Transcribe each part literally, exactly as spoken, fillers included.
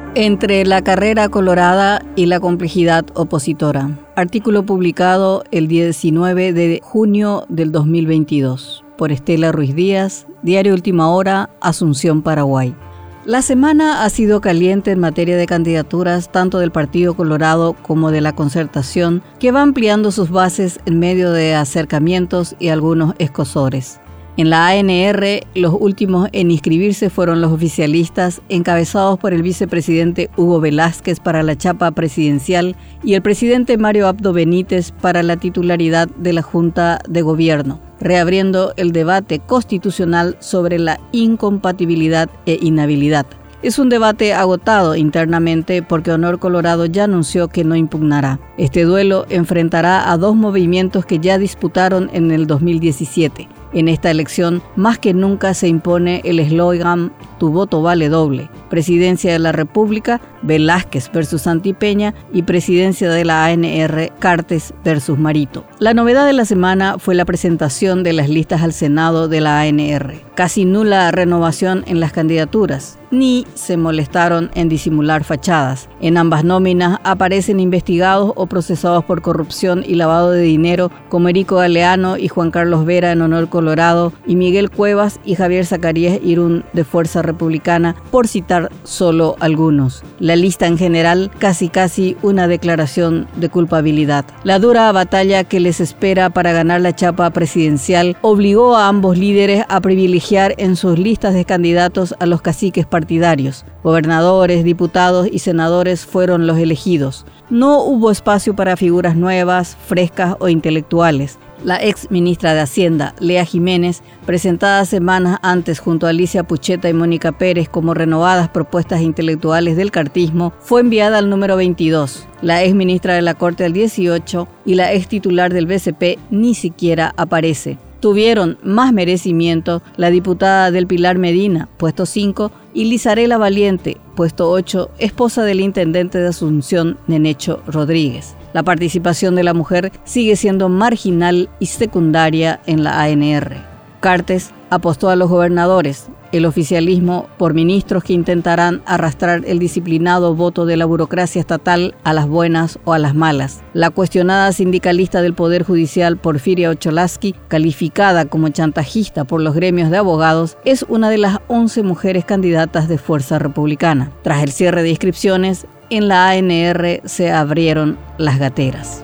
Entre la carrera colorada y la complejidad opositora. Artículo publicado el diecinueve de junio del dos mil veintidós por Estela Ruiz Díaz, Diario Última Hora, Asunción, Paraguay. La semana ha sido caliente en materia de candidaturas tanto del Partido Colorado como de la Concertación, que va ampliando sus bases en medio de acercamientos y algunos escozores. En la A N R, los últimos en inscribirse fueron los oficialistas, encabezados por el vicepresidente Hugo Velázquez para la chapa presidencial y el presidente Mario Abdo Benítez para la titularidad de la Junta de Gobierno, reabriendo el debate constitucional sobre la incompatibilidad e inhabilidad. Es un debate agotado internamente porque Honor Colorado ya anunció que no impugnará. Este duelo enfrentará a dos movimientos que ya disputaron en el dos mil diecisiete. En esta elección, más que nunca se impone el eslogan "Tu voto vale doble". Presidencia de la República, Velázquez versus Santipeña, y Presidencia de la A N R, Cartes versus Marito. La novedad de la semana fue la presentación de las listas al Senado de la A N R. Casi nula renovación en las candidaturas, ni se molestaron en disimular fachadas. En ambas nóminas aparecen investigados o procesados por corrupción y lavado de dinero como Erico Galeano y Juan Carlos Vera en Honor Colorado, y Miguel Cuevas y Javier Zacarías Irún de Fuerza Republicana, por citar solo algunos. La lista en general casi casi una declaración de culpabilidad. La dura batalla que les espera para ganar la chapa presidencial obligó a ambos líderes a privilegiar en sus listas de candidatos a los caciques partidarios. Gobernadores, diputados y senadores fueron los elegidos. No hubo espacio para figuras nuevas, frescas o intelectuales. La ex ministra de Hacienda, Lea Jiménez, presentada semanas antes junto a Alicia Pucheta y Mónica Pérez como renovadas propuestas intelectuales del cartismo, fue enviada al número veintidós. La ex ministra de la Corte al dieciocho y la ex titular del B C P ni siquiera aparece. Tuvieron más merecimiento la diputada del Pilar Medina, puesto cinco, y Lizarela Valiente, puesto ocho, esposa del intendente de Asunción, Nenecho Rodríguez. La participación de la mujer sigue siendo marginal y secundaria en la A N R. Cartes apostó a los gobernadores, el oficialismo por ministros que intentarán arrastrar el disciplinado voto de la burocracia estatal a las buenas o a las malas. La cuestionada sindicalista del Poder Judicial, Porfiria Ocholaski, calificada como chantajista por los gremios de abogados, es una de las once mujeres candidatas de Fuerza Republicana. Tras el cierre de inscripciones, en la A N R se abrieron las gateras.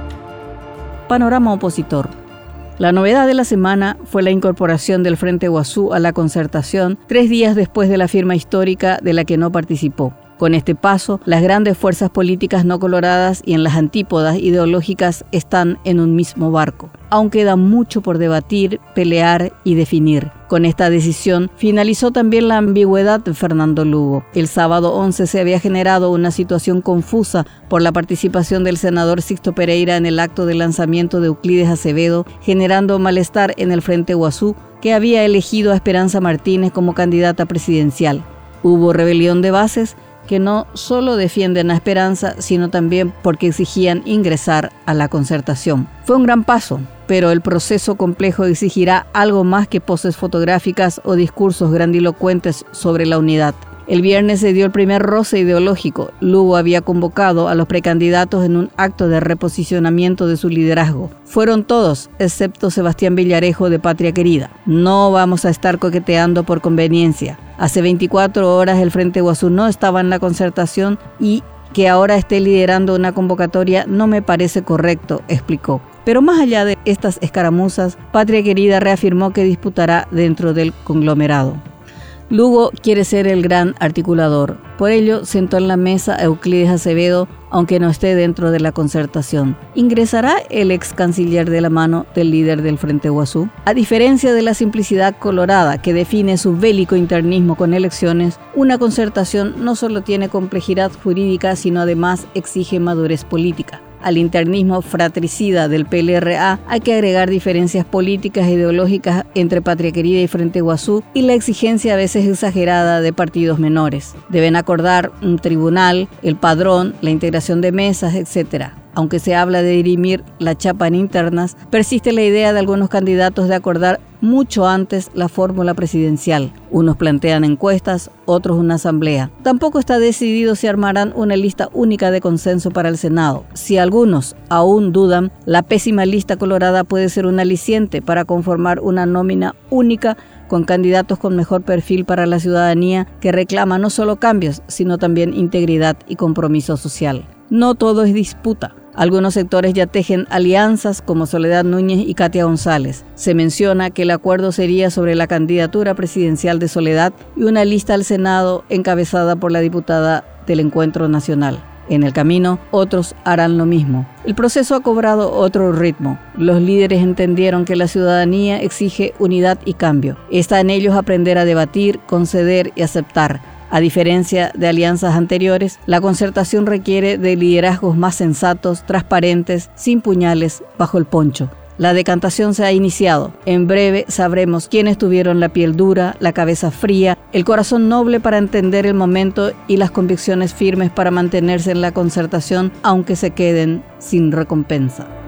Panorama opositor. La novedad de la semana fue la incorporación del Frente Guazú a la Concertación tres días después de la firma histórica de la que no participó. Con este paso, las grandes fuerzas políticas no coloradas y en las antípodas ideológicas están en un mismo barco. Aún queda mucho por debatir, pelear y definir. Con esta decisión finalizó también la ambigüedad de Fernando Lugo. El sábado once se había generado una situación confusa por la participación del senador Sixto Pereira en el acto de lanzamiento de Euclides Acevedo, generando malestar en el Frente Guazú, que había elegido a Esperanza Martínez como candidata presidencial. Hubo rebelión de bases que no solo defienden a Esperanza, sino también porque exigían ingresar a la Concertación. Fue un gran paso, pero el proceso complejo exigirá algo más que poses fotográficas o discursos grandilocuentes sobre la unidad. El viernes se dio el primer roce ideológico. Lugo había convocado a los precandidatos en un acto de reposicionamiento de su liderazgo. Fueron todos, excepto Sebastián Villarejo de Patria Querida. No vamos a estar coqueteando por conveniencia. Hace veinticuatro horas el Frente Guazú no estaba en la Concertación y que ahora esté liderando una convocatoria no me parece correcto, explicó. Pero más allá de estas escaramuzas, Patria Querida reafirmó que disputará dentro del conglomerado. Lugo quiere ser el gran articulador. Por ello, sentó en la mesa a Euclides Acevedo, aunque no esté dentro de la Concertación. ¿Ingresará el ex canciller de la mano del líder del Frente Guazú? A diferencia de la simplicidad colorada que define su bélico internismo con elecciones, una Concertación no solo tiene complejidad jurídica, sino además exige madurez política. Al internismo fratricida del P L R A hay que agregar diferencias políticas e ideológicas entre Patria Querida y Frente Guazú y la exigencia a veces exagerada de partidos menores. Deben acordar un tribunal, el padrón, la integración de mesas, etcétera. Aunque se habla de dirimir la chapa en internas, persiste la idea de algunos candidatos de acordar mucho antes la fórmula presidencial. Unos plantean encuestas, otros una asamblea. Tampoco está decidido si armarán una lista única de consenso para el Senado. Si algunos aún dudan, la pésima lista colorada puede ser un aliciente para conformar una nómina única con candidatos con mejor perfil para la ciudadanía que reclama no solo cambios, sino también integridad y compromiso social. No todo es disputa. Algunos sectores ya tejen alianzas como Soledad Núñez y Katia González. Se menciona que el acuerdo sería sobre la candidatura presidencial de Soledad y una lista al Senado encabezada por la diputada del Encuentro Nacional. En el camino, otros harán lo mismo. El proceso ha cobrado otro ritmo. Los líderes entendieron que la ciudadanía exige unidad y cambio. Está en ellos aprender a debatir, conceder y aceptar. A diferencia de alianzas anteriores, la concertación requiere de liderazgos más sensatos, transparentes, sin puñales bajo el poncho. La decantación se ha iniciado. En breve sabremos quiénes tuvieron la piel dura, la cabeza fría, el corazón noble para entender el momento y las convicciones firmes para mantenerse en la concertación, aunque se queden sin recompensa.